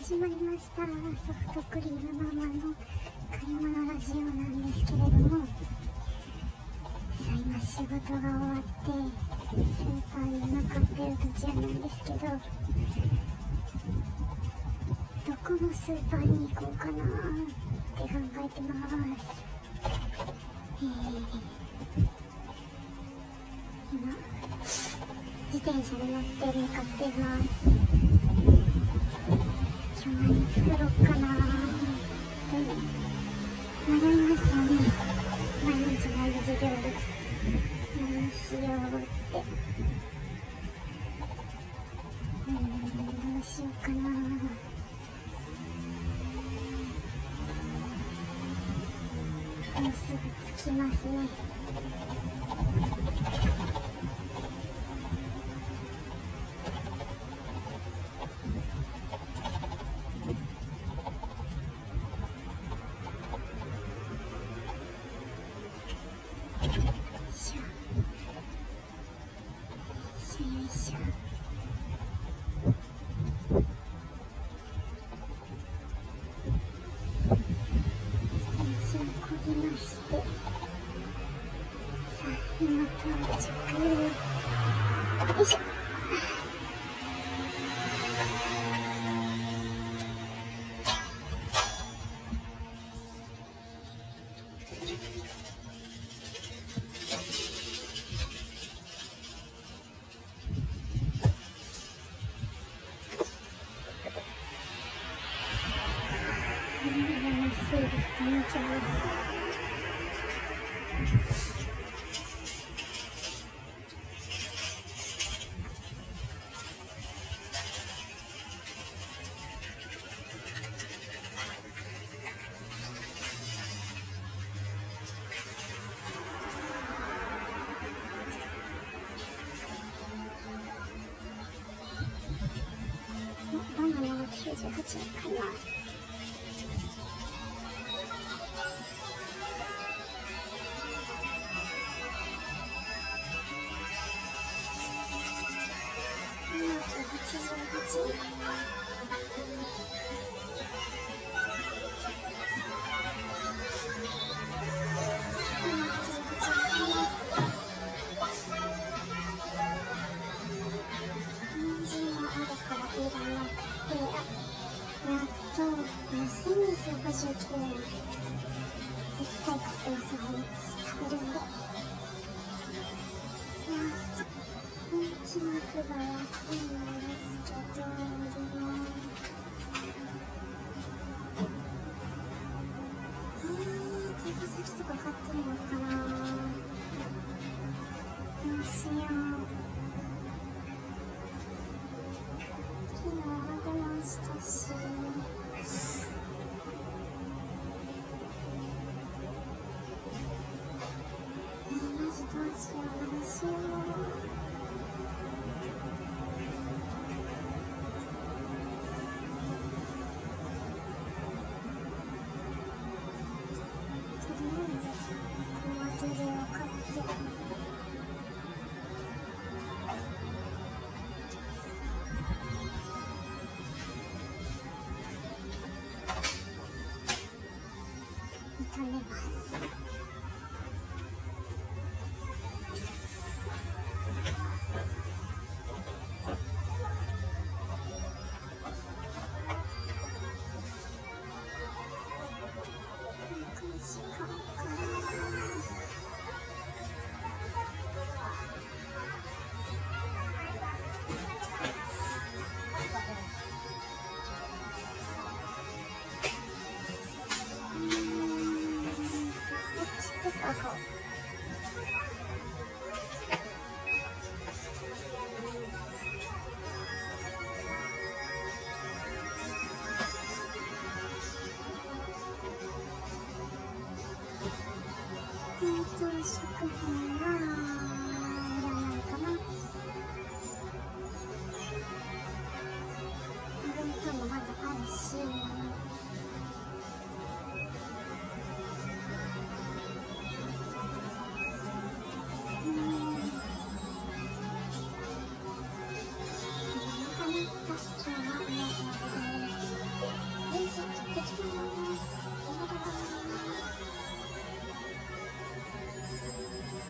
始まりました。ソフトクリームママの買い物ラジオなんですけれども、今仕事が終わってスーパーに向かっている途中なんですけど、どこのスーパーに行こうかなって考えてます。今自転車に乗って向かっています。今日何作ろうかなって迷いますよね。毎日毎日料理何しようって、どうしようかな。もうすぐ着きますね。今到着。よいしょ。暑いですね、今日は。バナナが98円買います。88円。1259円。絶対買ってます。毎日食べるんで。一幕が安いんですけど、手羽先とか買ってみようかな。どうしよう。昨日食べましたし。マジどうしよう、どうしよう。炒めます。